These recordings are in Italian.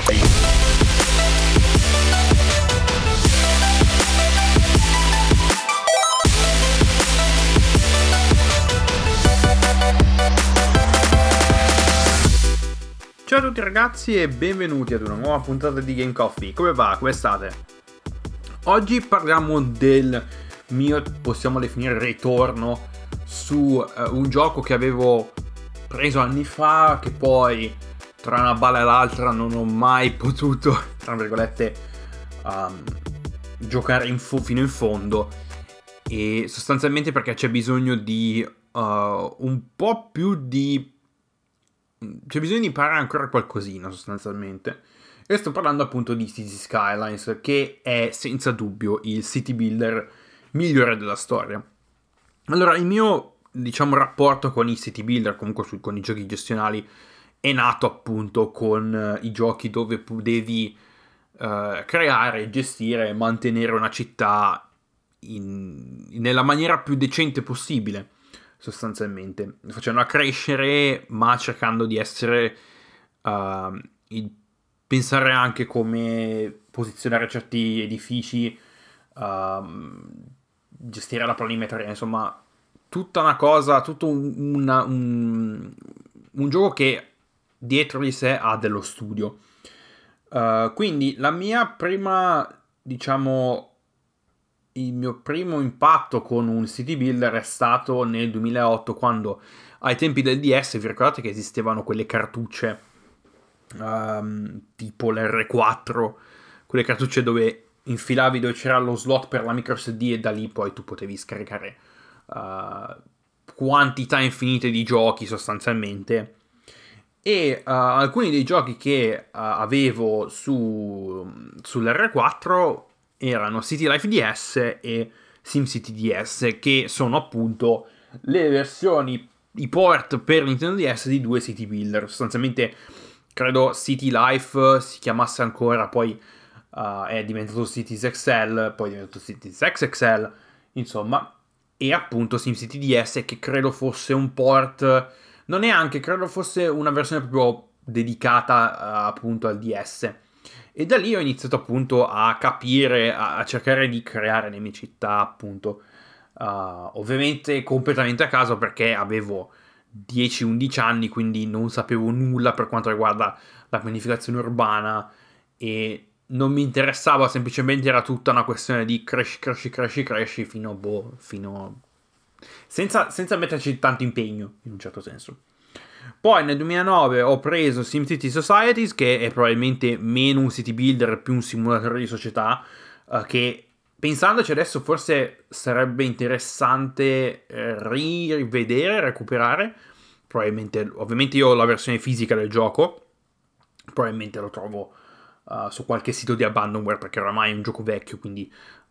Ciao a tutti ragazzi e benvenuti ad una nuova puntata di Game Coffee. Come va? Come state? Oggi parliamo del mio, possiamo definire, ritorno su un gioco che avevo preso anni fa, che poi tra una balla e l'altra non ho mai potuto, tra virgolette, giocare fino in fondo, e sostanzialmente perché c'è bisogno di un po' più di... c'è bisogno di imparare ancora qualcosina sostanzialmente, e sto parlando appunto di Cities Skylines, che è senza dubbio il city builder migliore della storia. Allora, il mio, diciamo, rapporto con i city builder, comunque con i giochi gestionali, è nato appunto con i giochi dove devi creare, gestire e mantenere una città nella maniera più decente possibile, sostanzialmente facendola crescere, ma cercando di essere pensare anche come posizionare certi edifici, gestire la planimetria, insomma tutta una cosa, tutto un gioco che dietro di sé ha dello studio. Quindi la mia prima, diciamo, il mio primo impatto con un city builder è stato nel 2008, quando ai tempi del DS, vi ricordate che esistevano quelle cartucce tipo l'R4, quelle cartucce dove infilavi, dove c'era lo slot per la micro SD, e da lì poi tu potevi scaricare quantità infinite di giochi sostanzialmente. E alcuni dei giochi che avevo sull'R4 erano City Life DS e SimCity DS, che sono appunto le versioni, i port per Nintendo DS di due city builder. Sostanzialmente credo City Life si chiamasse ancora, poi è diventato Cities XL, poi è diventato Cities XXL, insomma, e appunto SimCity DS, che credo fosse un port, non neanche, credo fosse una versione proprio dedicata appunto al DS. E da lì ho iniziato appunto a capire, a cercare di creare le mie città, appunto, ovviamente completamente a caso, perché avevo 10-11 anni, quindi non sapevo nulla per quanto riguarda la pianificazione urbana, e non mi interessava, semplicemente era tutta una questione di cresci fino senza metterci tanto impegno, in un certo senso. Poi nel 2009 ho preso SimCity Societies, che è probabilmente meno un city builder, più un simulatore di società, che pensandoci adesso forse sarebbe interessante rivedere, recuperare. Probabilmente, ovviamente io ho la versione fisica del gioco, probabilmente lo trovo su qualche sito di abandonware, perché oramai è un gioco vecchio, quindi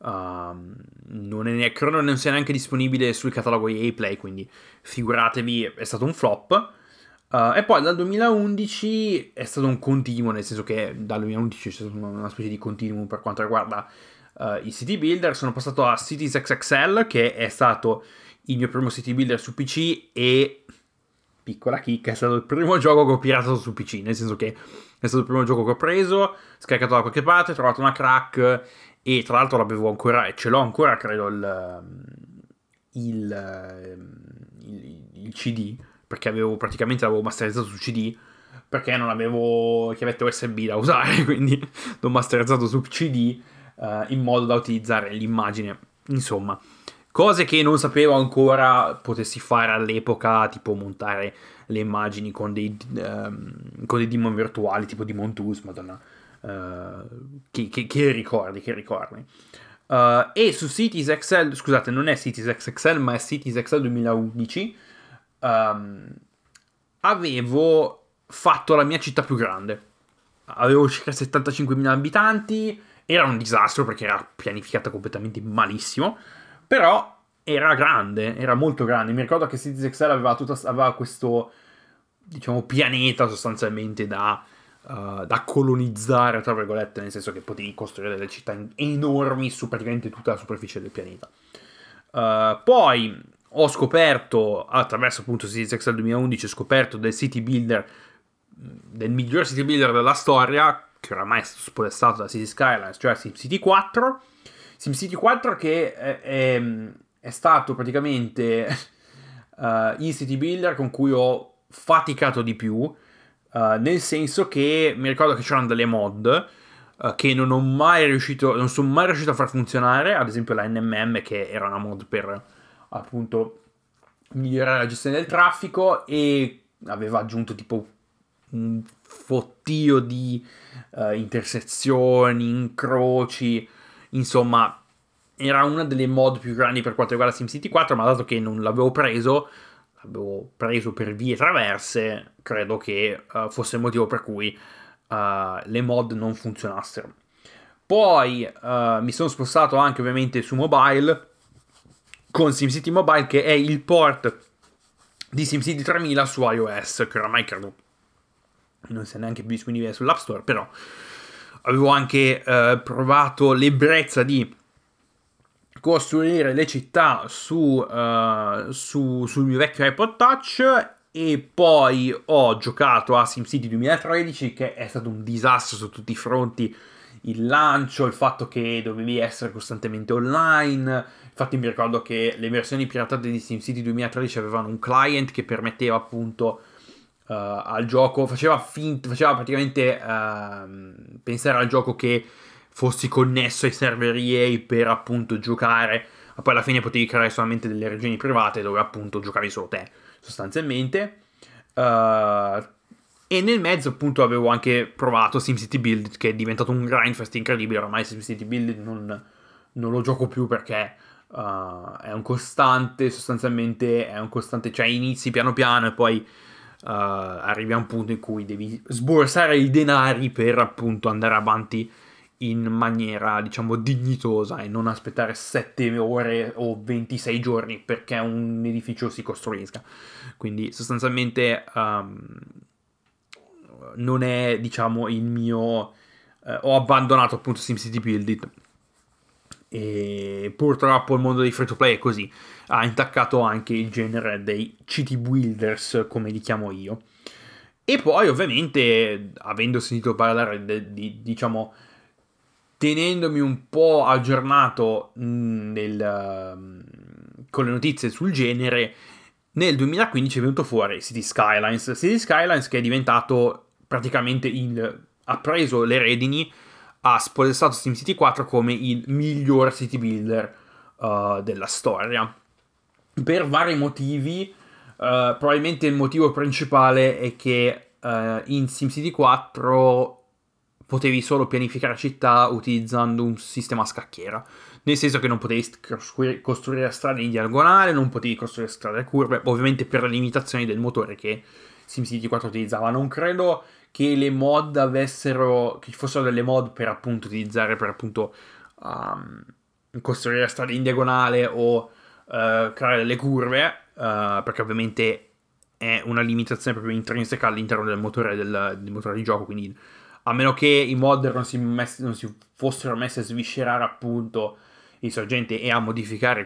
credo non sia neanche disponibile sul catalogo EA Play, quindi figuratevi, è stato un flop. E poi dal 2011 è stato un continuo, nel senso che dal 2011 c'è stata una specie di continuum per quanto riguarda i city builder. Sono passato a Cities XXL, che è stato il mio primo city builder su PC, e piccola chicca, è stato il primo gioco che ho piratato su PC, nel senso che è stato il primo gioco che ho preso, scaricato da qualche parte, trovato una crack, e tra l'altro l'avevo ancora, e ce l'ho ancora, credo, il CD, perché l'avevo masterizzato su CD, perché non avevo chiavette USB da usare, quindi l'ho masterizzato su CD in modo da utilizzare l'immagine. Insomma, cose che non sapevo ancora potessi fare all'epoca, tipo montare le immagini con dei demon virtuali, tipo Demon Tools, madonna, che ricordi. E su Cities XL, scusate, non è Cities XXL, ma è Cities XL 2011, avevo fatto la mia città più grande. Avevo circa 75.000 abitanti, era un disastro perché era pianificata completamente malissimo, però era grande, era molto grande. Mi ricordo che Cities XL aveva questo, diciamo, pianeta sostanzialmente da colonizzare, tra virgolette, nel senso che potevi costruire delle città enormi su praticamente tutta la superficie del pianeta. Poi ho scoperto, attraverso appunto Cities XL 2011, ho scoperto del city builder, del miglior city builder della storia, che oramai è stato spodestato da City Skylines, cioè SimCity 4. SimCity 4 che è stato praticamente il city builder con cui ho faticato di più, nel senso che mi ricordo che c'erano delle mod che non sono mai riuscito a far funzionare, ad esempio la NMM, che era una mod per appunto migliorare la gestione del traffico, e aveva aggiunto tipo un fottio di intersezioni, incroci, insomma era una delle mod più grandi per quanto riguarda SimCity 4, ma dato che non l'avevo preso per vie traverse, credo che fosse il motivo per cui le mod non funzionassero. Poi mi sono spostato anche ovviamente su mobile con SimCity Mobile, che è il port di SimCity 3000 su iOS, che oramai credo non sia neanche più disponibile sull'App Store, però avevo anche provato l'ebbrezza di costruire le città sul mio vecchio iPod Touch, e poi ho giocato a SimCity 2013, che è stato un disastro su tutti i fronti. Il lancio, il fatto che dovevi essere costantemente online. Infatti mi ricordo che le versioni piratate di SimCity 2013 avevano un client che permetteva appunto al gioco, faceva praticamente pensare al gioco che fossi connesso ai server EA per appunto giocare, ma poi alla fine potevi creare solamente delle regioni private dove appunto giocavi solo te, sostanzialmente. E nel mezzo appunto avevo anche provato SimCity Build, che è diventato un grindfest incredibile. Ormai SimCity Build non lo gioco più perché è un costante, sostanzialmente è un costante, cioè inizi piano piano e poi arrivi a un punto in cui devi sborsare i denari per appunto andare avanti in maniera, diciamo, dignitosa, e non aspettare 7 ore o 26 giorni perché un edificio si costruisca. Quindi sostanzialmente non è, diciamo, il mio... ho abbandonato appunto SimCity Build It, e purtroppo il mondo dei free to play è così, ha intaccato anche il genere dei city builders, come li chiamo io. E poi ovviamente, avendo sentito parlare diciamo, tenendomi un po' aggiornato con le notizie sul genere, nel 2015 è venuto fuori City Skylines, che è diventato praticamente ha preso le redini, ha spodestato SimCity 4 come il miglior city builder della storia. Per vari motivi, probabilmente il motivo principale è che in SimCity 4 potevi solo pianificare città utilizzando un sistema a scacchiera. Nel senso che non potevi costruire strade in diagonale, non potevi costruire strade a curve, ovviamente per le limitazioni del motore che SimCity 4 utilizzava. Non credo che le mod che ci fossero delle mod per appunto utilizzare, per appunto costruire strade in diagonale o creare delle curve, perché ovviamente è una limitazione proprio intrinseca all'interno del motore di gioco, quindi a meno che i modder non si fossero messi a sviscerare appunto i sorgenti e a modificare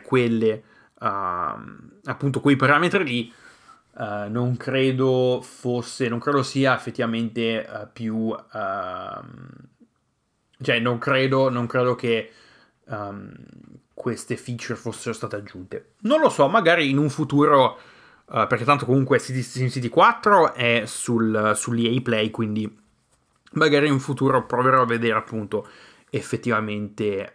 appunto quei parametri lì, non credo sia effettivamente cioè non credo che queste feature fossero state aggiunte. Non lo so, magari in un futuro, perché tanto comunque SimCity 4 è sull'EA Play, quindi magari in futuro proverò a vedere appunto effettivamente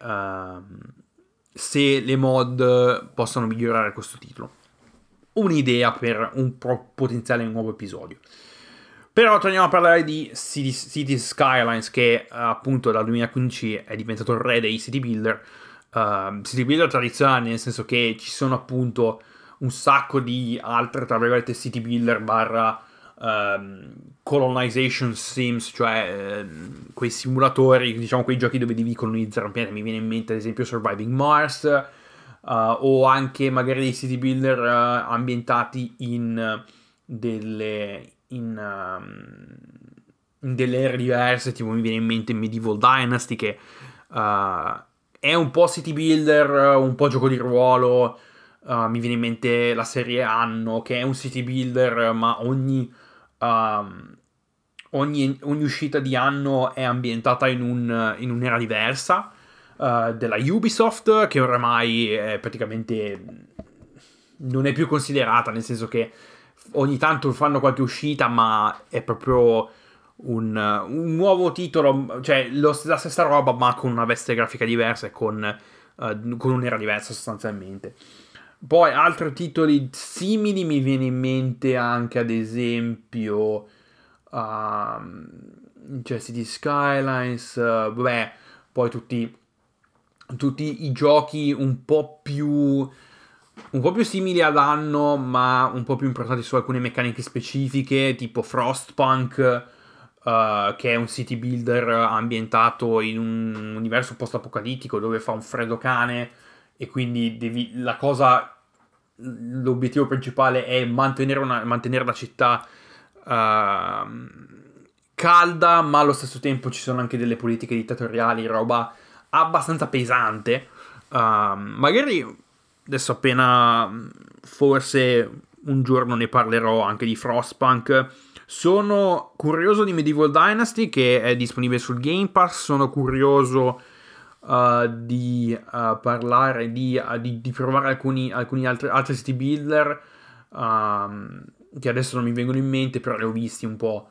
se le mod possono migliorare questo titolo. Un'idea per un potenziale nuovo episodio. Però torniamo a parlare di City Skylines, che appunto dal 2015 è diventato il re dei city builder. City builder tradizionali, nel senso che ci sono appunto un sacco di altre, tra virgolette, city builder barra colonization sims, cioè quei simulatori, diciamo quei giochi dove devi colonizzare un pianeta. Mi viene in mente ad esempio Surviving Mars, o anche magari dei city builder ambientati in delle ere diverse, tipo mi viene in mente Medieval Dynasty, che è un po' city builder, un po' gioco di ruolo. Mi viene in mente la serie Anno, che è un city builder, ma ogni uscita di anno è ambientata in un'era diversa, della Ubisoft, che oramai è praticamente non è più considerata, nel senso che ogni tanto fanno qualche uscita, ma è proprio un nuovo titolo, cioè la stessa roba, ma con una veste grafica diversa e con un'era diversa sostanzialmente. Poi altri titoli simili mi viene in mente anche, ad esempio, cioè City Skylines, vabbè, poi tutti i giochi un po' più simili ad anno, ma un po' più importanti su alcune meccaniche specifiche, tipo Frostpunk, che è un city builder ambientato in un universo post-apocalittico dove fa un freddo cane e quindi l'obiettivo principale è mantenere la città calda, ma allo stesso tempo ci sono anche delle politiche dittatoriali, roba abbastanza pesante. Magari adesso appena forse un giorno ne parlerò anche di Frostpunk. Sono curioso di Medieval Dynasty, che è disponibile sul Game Pass. Sono curioso di parlare di provare alcuni altri city builder, che adesso non mi vengono in mente, però li ho visti un po'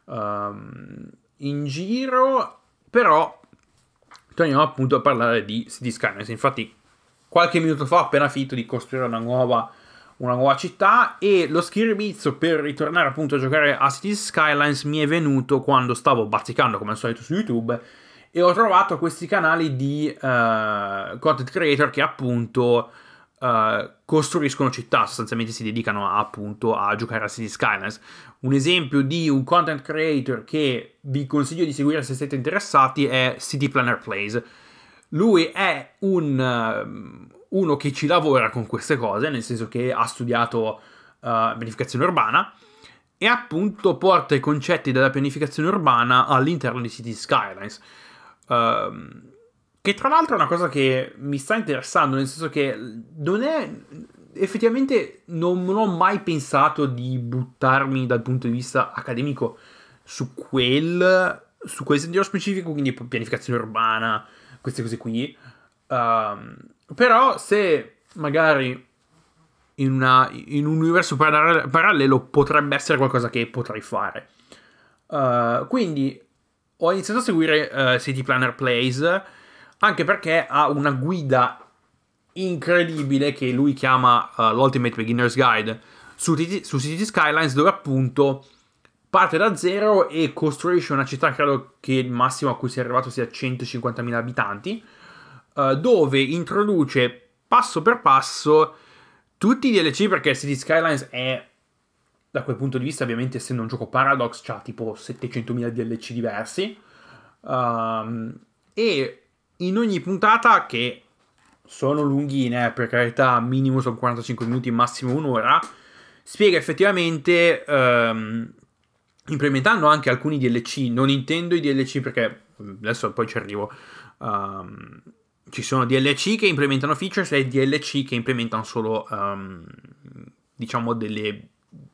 in giro. Però torniamo appunto a parlare di City Skylines. Infatti qualche minuto fa ho appena finito di costruire una nuova città, e lo schiribizzo per ritornare appunto a giocare a Cities Skylines mi è venuto quando stavo bazzicando come al solito su YouTube e ho trovato questi canali di content creator che appunto costruiscono città, sostanzialmente si dedicano appunto a giocare a Cities Skylines. Un esempio di un content creator che vi consiglio di seguire se siete interessati è City Planner Plays. Lui è uno che ci lavora con queste cose, nel senso che ha studiato pianificazione urbana e appunto porta i concetti della pianificazione urbana all'interno di City Skylines. Che tra l'altro è una cosa che mi sta interessando, nel senso che non è... Effettivamente non ho mai pensato di buttarmi dal punto di vista accademico su quel sentiero specifico, quindi pianificazione urbana, queste cose qui. Però se magari in un universo parallelo potrebbe essere qualcosa che potrei fare. Quindi ho iniziato a seguire City Planner Plays, anche perché ha una guida incredibile che lui chiama l'Ultimate Beginner's Guide su City Skylines, dove appunto parte da zero e costruisce una città, credo che il massimo a cui sia arrivato sia 150.000 abitanti, dove introduce passo per passo tutti i DLC, perché City Skylines è, da quel punto di vista, ovviamente essendo un gioco Paradox, c'ha tipo 700.000 DLC diversi, e in ogni puntata, che sono lunghine, per carità, minimo sono 45 minuti, massimo un'ora, spiega effettivamente, implementando anche alcuni DLC. Non intendo i DLC perché adesso poi ci arrivo. Ci sono DLC che implementano features e DLC che implementano solo diciamo delle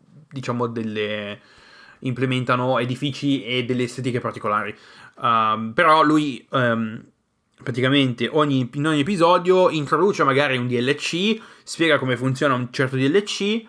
implementano edifici e delle estetiche particolari. Però lui praticamente in ogni episodio introduce magari un DLC, spiega come funziona un certo DLC,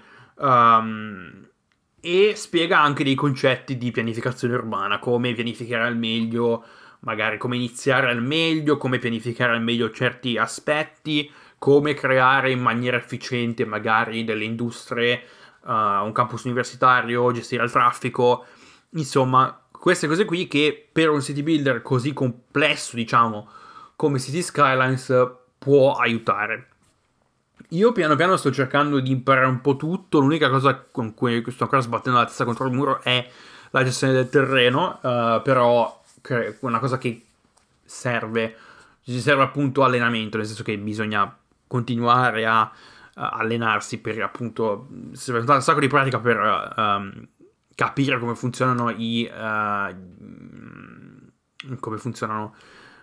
e spiega anche dei concetti di pianificazione urbana, come pianificare al meglio, magari come iniziare al meglio, come pianificare al meglio certi aspetti, come creare in maniera efficiente magari delle industrie, un campus universitario, gestire il traffico, insomma queste cose qui che per un city builder così complesso, diciamo, come City Skylines può aiutare. Io piano piano sto cercando di imparare un po' tutto. L'unica cosa con cui sto ancora sbattendo la testa contro il muro è la gestione del terreno, però una cosa che ci serve appunto allenamento, nel senso che bisogna continuare a allenarsi per appunto serve un sacco di pratica per capire come funzionano come funzionano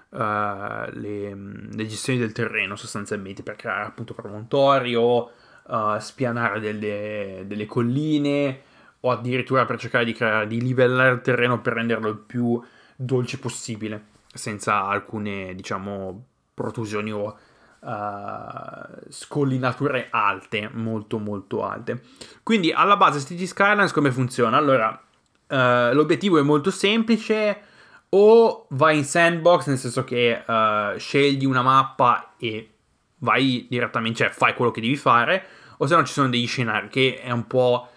le gestioni del terreno, sostanzialmente, per creare appunto promontori o spianare delle colline o addirittura per cercare di livellare il terreno per renderlo il più dolce possibile, senza alcune, diciamo, protrusioni o scollinature alte, molto molto alte. Quindi alla base City Skylines come funziona? Allora, l'obiettivo è molto semplice: o vai in sandbox, nel senso che scegli una mappa e vai direttamente, cioè fai quello che devi fare, o se no ci sono degli scenari, che è un po'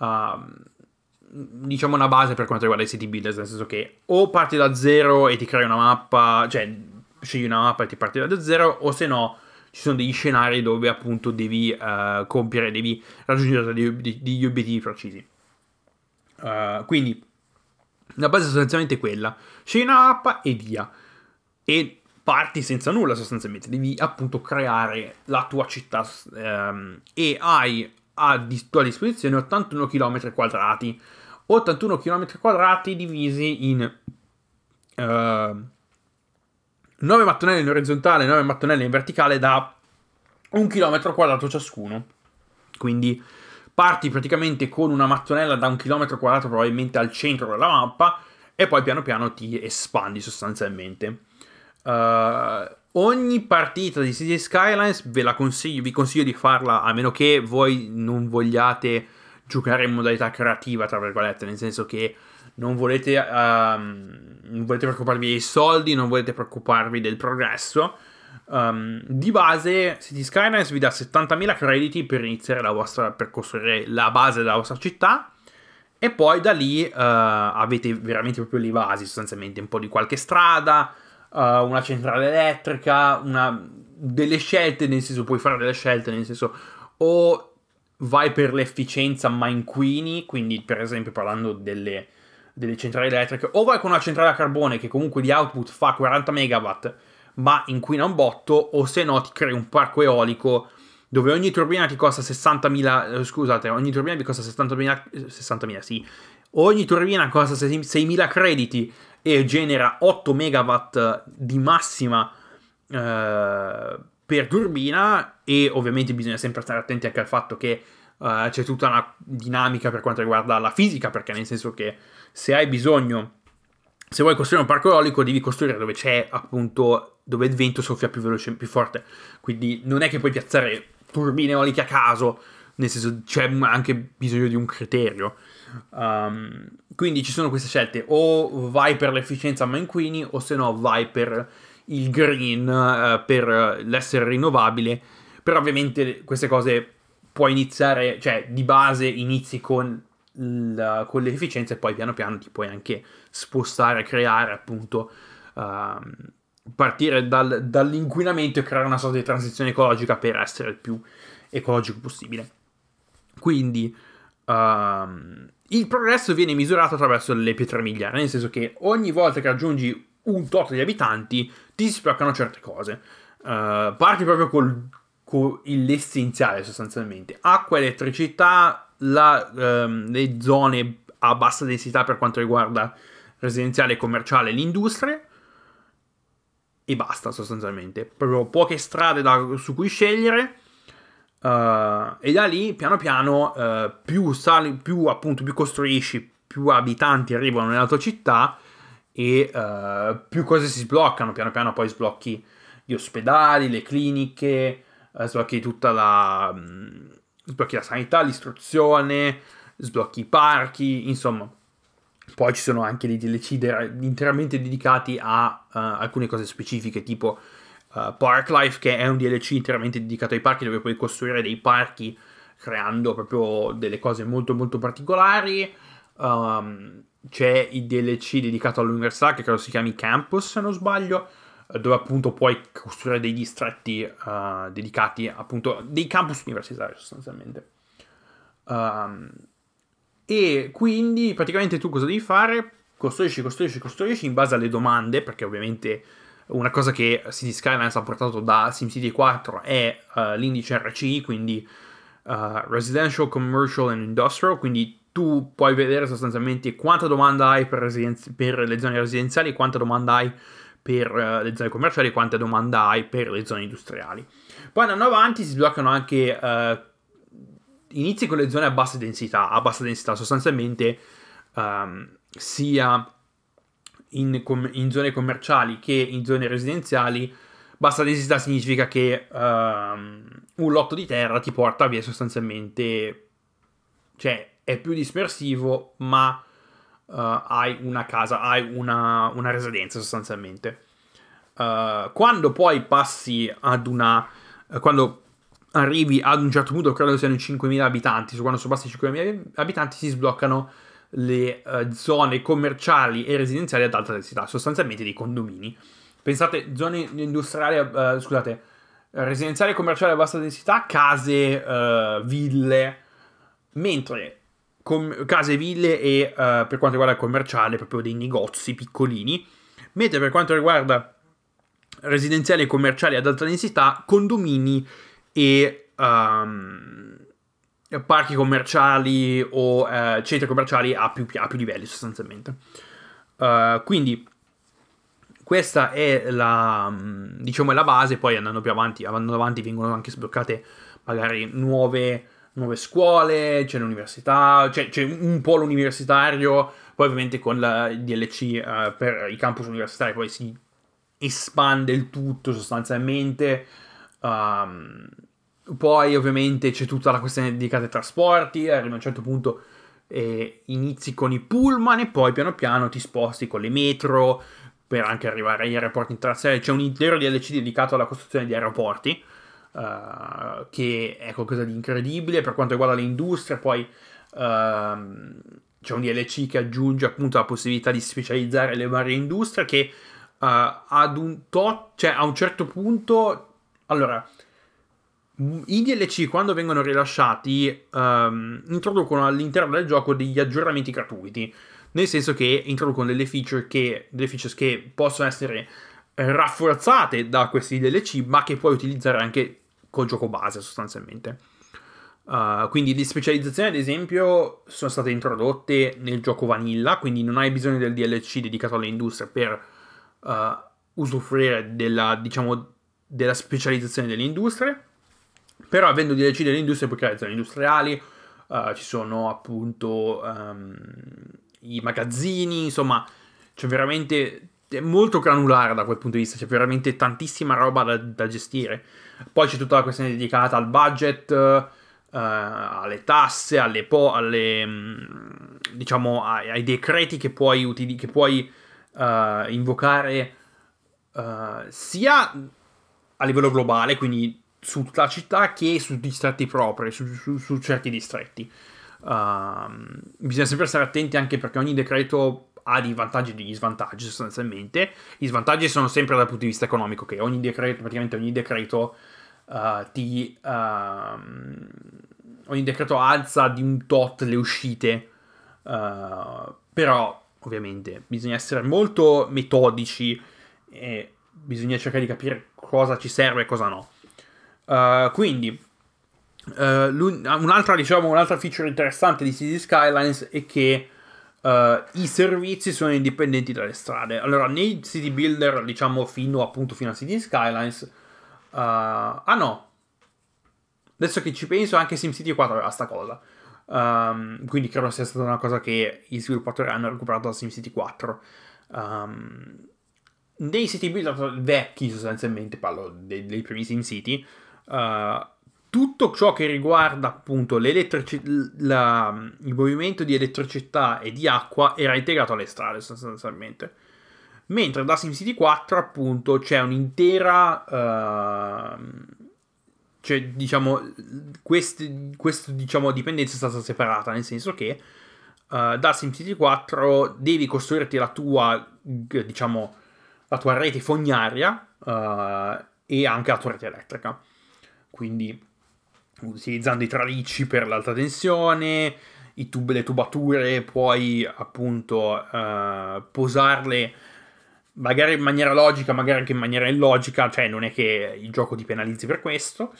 diciamo una base per quanto riguarda i city builders, nel senso che o parti da zero e ti crei una mappa, cioè scegli una mappa e ti parti da zero, o se no ci sono degli scenari dove appunto devi devi raggiungere degli obiettivi precisi. Quindi la base è sostanzialmente quella: scegli una mappa e via, e parti senza nulla sostanzialmente, devi appunto creare la tua città, e hai a tua disposizione 81 km quadrati, 81 km quadrati divisi in 9 mattonelle in orizzontale e 9 mattonelle in verticale da 1 km quadrato ciascuno. Quindi parti praticamente con una mattonella da 1 km quadrato probabilmente al centro della mappa, e poi piano piano ti espandi sostanzialmente. Ogni partita di City Skylines vi consiglio di farla, a meno che voi non vogliate giocare in modalità creativa, tra virgolette, nel senso che non volete preoccuparvi dei soldi, non volete preoccuparvi del progresso. Di base City Skylines vi dà 70.000 crediti per iniziare per costruire la base della vostra città, e poi da lì avete veramente proprio le basi, sostanzialmente un po' di qualche strada, una centrale elettrica, delle scelte, nel senso puoi fare delle scelte, nel senso o vai per l'efficienza ma inquini, quindi per esempio parlando delle centrali elettriche, o vai con una centrale a carbone che comunque di output fa 40 megawatt ma inquina un botto, o se no ti crei un parco eolico dove ogni turbina ti costa 60.000, scusate, ogni turbina vi costa 60.000, sì, ogni turbina costa 6.000 crediti e genera 8 megawatt di massima per turbina. E ovviamente bisogna sempre stare attenti anche al fatto che c'è tutta una dinamica per quanto riguarda la fisica, perché nel senso che se vuoi costruire un parco eolico devi costruire dove c'è appunto, dove il vento soffia più veloce, più forte, quindi non è che puoi piazzare turbine eoliche a caso, nel senso c'è anche bisogno di un criterio. Quindi ci sono queste scelte: o vai per l'efficienza ma inquini, o se no vai per il green, per l'essere rinnovabile. Però ovviamente queste cose puoi iniziare, cioè di base inizi con l'efficienza, e poi piano piano ti puoi anche spostare, creare appunto, partire dall'inquinamento e creare una sorta di transizione ecologica per essere il più ecologico possibile. Quindi il progresso viene misurato attraverso le pietre miliari, nel senso che ogni volta che raggiungi un tot di abitanti ti si sbloccano certe cose. Parti proprio con l'essenziale sostanzialmente: acqua, elettricità, le zone a bassa densità per quanto riguarda residenziale, commerciale e l'industria, e basta sostanzialmente. Proprio poche strade su cui scegliere. E da lì piano piano più costruisci, più abitanti arrivano nella tua città, e più cose si sbloccano. Piano piano poi sblocchi gli ospedali, le cliniche, sblocchi sblocchi la sanità, l'istruzione, sblocchi i parchi, insomma. Poi ci sono anche dei DLC interamente dedicati a alcune cose specifiche, tipo Park Life, che è un DLC interamente dedicato ai parchi, dove puoi costruire dei parchi creando proprio delle cose molto molto particolari. C'è il DLC dedicato all'università, che credo si chiami Campus se non sbaglio, dove appunto puoi costruire dei distretti dedicati appunto, dei campus universitari sostanzialmente. E quindi praticamente tu cosa devi fare? Costruisci in base alle domande, perché ovviamente una cosa che City Skylines ha portato da SimCity 4 è l'indice RCI, quindi Residential, Commercial and Industrial. Quindi tu puoi vedere sostanzialmente quanta domanda hai per le zone residenziali, quanta domanda hai per le zone commerciali, quanta domanda hai per le zone industriali. Poi andando avanti si sbloccano anche inizi con le zone a bassa densità sostanzialmente, sia in zone commerciali che in zone residenziali. Bassa densità significa che un lotto di terra ti porta via sostanzialmente, cioè è più dispersivo, ma hai una casa, hai una residenza sostanzialmente. Quando poi passi quando arrivi ad un certo punto, credo siano 5.000 abitanti, quando soppassi i 5.000 abitanti si sbloccano le zone commerciali e residenziali ad alta densità, sostanzialmente dei condomini. Pensate, zone industriali, residenziali e commerciali a bassa densità, case, ville, mentre case, ville e per quanto riguarda il commerciale, proprio dei negozi piccolini, mentre per quanto riguarda residenziali e commerciali ad alta densità, condomini e parchi commerciali o centri commerciali a più livelli sostanzialmente. Quindi questa è diciamo, è la base. Poi andando avanti vengono anche sbloccate magari nuove scuole, c'è l'università, c'è un polo universitario, poi ovviamente con la DLC per i campus universitari poi si espande il tutto sostanzialmente. Poi ovviamente c'è tutta la questione dedicata ai trasporti, arriva a un certo punto inizi con i pullman e poi piano piano ti sposti con le metro per anche arrivare agli aeroporti internazionali. C'è un intero DLC dedicato alla costruzione di aeroporti, che è qualcosa di incredibile. Per quanto riguarda le industrie, poi c'è un DLC che aggiunge appunto la possibilità di specializzare le varie industrie che ad cioè a un certo punto, allora, i DLC quando vengono rilasciati introducono all'interno del gioco degli aggiornamenti gratuiti, nel senso che introducono delle features che possono essere rafforzate da questi DLC, ma che puoi utilizzare anche col gioco base sostanzialmente. Quindi le specializzazioni ad esempio sono state introdotte nel gioco vanilla, quindi non hai bisogno del DLC dedicato alle industrie per usufruire della specializzazione delle industrie. Però avendo DLC delle industrie puoi creare zone industriali, ci sono appunto i magazzini, insomma c'è veramente, è molto granulare da quel punto di vista, c'è veramente tantissima roba da gestire. Poi c'è tutta la questione dedicata al budget, alle tasse, diciamo ai decreti che puoi invocare sia a livello globale, quindi su tutta la città, che su distretti propri, su certi distretti. Bisogna sempre stare attenti anche perché ogni decreto ha dei vantaggi e degli svantaggi sostanzialmente. I svantaggi sono sempre dal punto di vista economico, che praticamente ogni decreto ogni decreto alza di un tot le uscite, però ovviamente bisogna essere molto metodici e bisogna cercare di capire cosa ci serve e cosa no. Quindi un'altra feature interessante di City Skylines è che i servizi sono indipendenti dalle strade. Allora, nei city builder, diciamo fino a City Skylines, no, adesso che ci penso, anche SimCity 4 aveva sta cosa. Quindi credo sia stata una cosa che i sviluppatori hanno recuperato da SimCity 4. Nei city builder vecchi, sostanzialmente, parlo dei primi SimCity, tutto ciò che riguarda appunto il movimento di elettricità e di acqua era integrato alle strade sostanzialmente. Mentre da SimCity 4 appunto c'è un'intera cioè diciamo questa diciamo dipendenza è stata separata, nel senso che da SimCity 4 devi costruirti la tua rete fognaria e anche la tua rete elettrica, quindi utilizzando i tralicci per l'alta tensione, le tubature, puoi appunto posarle magari in maniera logica, magari anche in maniera illogica, cioè non è che il gioco ti penalizzi per questo.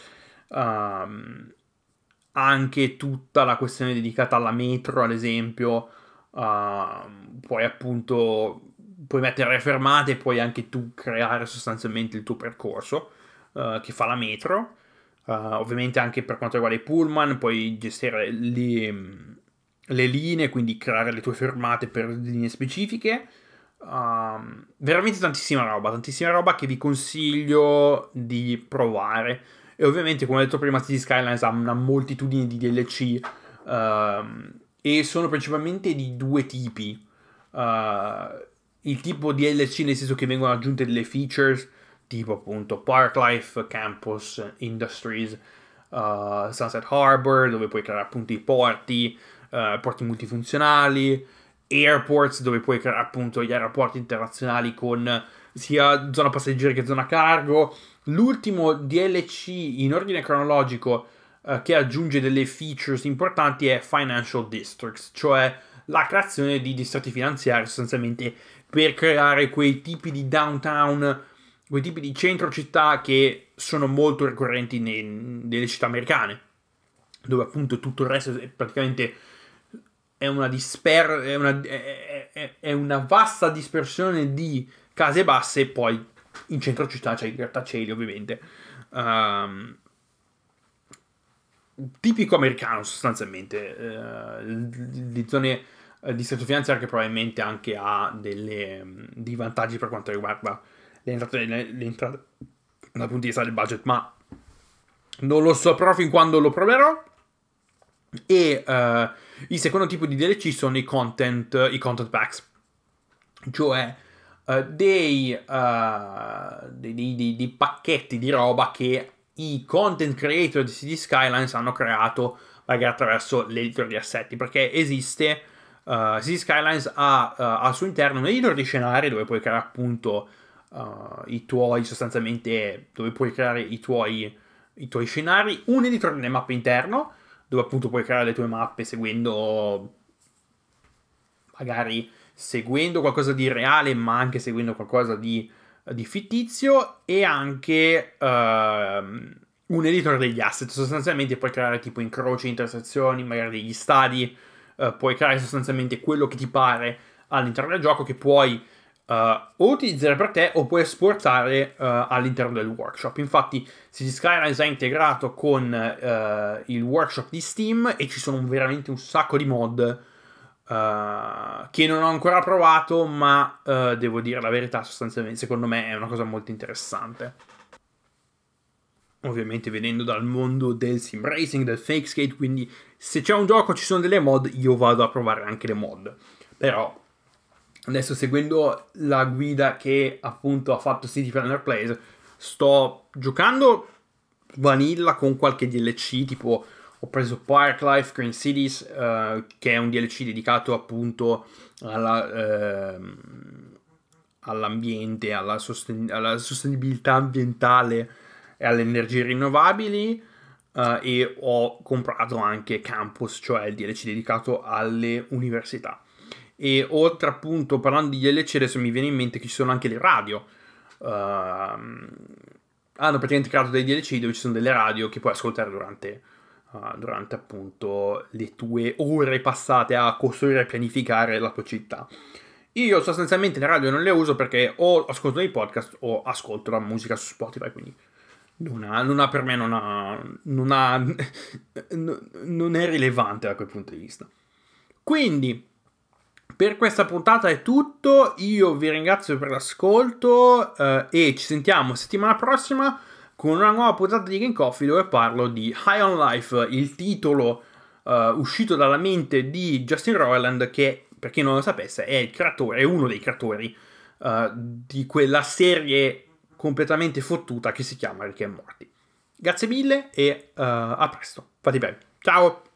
Anche tutta la questione dedicata alla metro, ad esempio, puoi mettere le fermate e puoi anche tu creare sostanzialmente il tuo percorso che fa la metro. Ovviamente anche per quanto riguarda i pullman, puoi gestire le linee, quindi creare le tue fermate per linee specifiche. Veramente tantissima roba che vi consiglio di provare. E ovviamente, come ho detto prima, City Skylines ha una moltitudine di DLC e sono principalmente di due tipi. Il tipo DLC nel senso che vengono aggiunte delle features tipo appunto Park Life, Campus, Industries, Sunset Harbor, dove puoi creare appunto i porti multifunzionali, airports, dove puoi creare appunto gli aeroporti internazionali con sia zona passeggeri che zona cargo. L'ultimo DLC in ordine cronologico che aggiunge delle features importanti è Financial Districts, cioè la creazione di distretti finanziari sostanzialmente per creare quei tipi di downtown, quei tipi di centro città che sono molto ricorrenti nelle città americane, dove appunto tutto il resto è praticamente è una vasta dispersione di case basse e poi in centro città c'è i grattacieli ovviamente. Tipico americano sostanzialmente, le zone distretto finanziario che probabilmente anche ha dei vantaggi per quanto riguarda le entrate dal punto di vista del budget, ma non lo so fin quando lo proverò. E il secondo tipo di DLC sono i content packs, cioè dei pacchetti di roba che i content creator di City Skylines hanno creato magari attraverso l'editor di assetti, perché esiste City Skylines ha al suo interno un editor di scenari dove puoi creare appunto i tuoi, sostanzialmente dove puoi creare i tuoi scenari, un editor delle mappe interno dove appunto puoi creare le tue mappe seguendo qualcosa di reale, ma anche seguendo qualcosa di fittizio, e anche un editor degli asset. Sostanzialmente puoi creare tipo incroci, intersezioni, magari degli stadi, puoi creare sostanzialmente quello che ti pare all'interno del gioco che puoi o utilizzare per te o puoi esportare all'interno del workshop. Infatti City Skylines è integrato con il workshop di Steam e ci sono veramente un sacco di mod che non ho ancora provato, ma devo dire la verità, sostanzialmente secondo me è una cosa molto interessante. Ovviamente venendo dal mondo del sim racing, del fake skate, quindi se c'è un gioco ci sono delle mod, io vado a provare anche le mod. Però adesso, seguendo la guida che appunto ha fatto City Planner Plays, sto giocando vanilla con qualche DLC, tipo ho preso Park Life Green Cities, che è un DLC dedicato appunto all'ambiente, alla sostenibilità ambientale e alle energie rinnovabili. E ho comprato anche Campus, cioè il DLC dedicato alle università. E oltre appunto, parlando di DLC, adesso mi viene in mente che ci sono anche le radio. Hanno praticamente creato dei DLC dove ci sono delle radio che puoi ascoltare durante appunto le tue ore passate a costruire e pianificare la tua città. Io sostanzialmente le radio non le uso perché o ascolto dei podcast o ascolto la musica su Spotify, quindi non è rilevante da quel punto di vista. Quindi per questa puntata è tutto, io vi ringrazio per l'ascolto e ci sentiamo settimana prossima con una nuova puntata di Game Coffee dove parlo di High on Life, il titolo uscito dalla mente di Justin Roiland, che per chi non lo sapesse è uno dei creatori di quella serie completamente fottuta che si chiama Rick and Morty. Grazie mille e a presto, fate bene, ciao!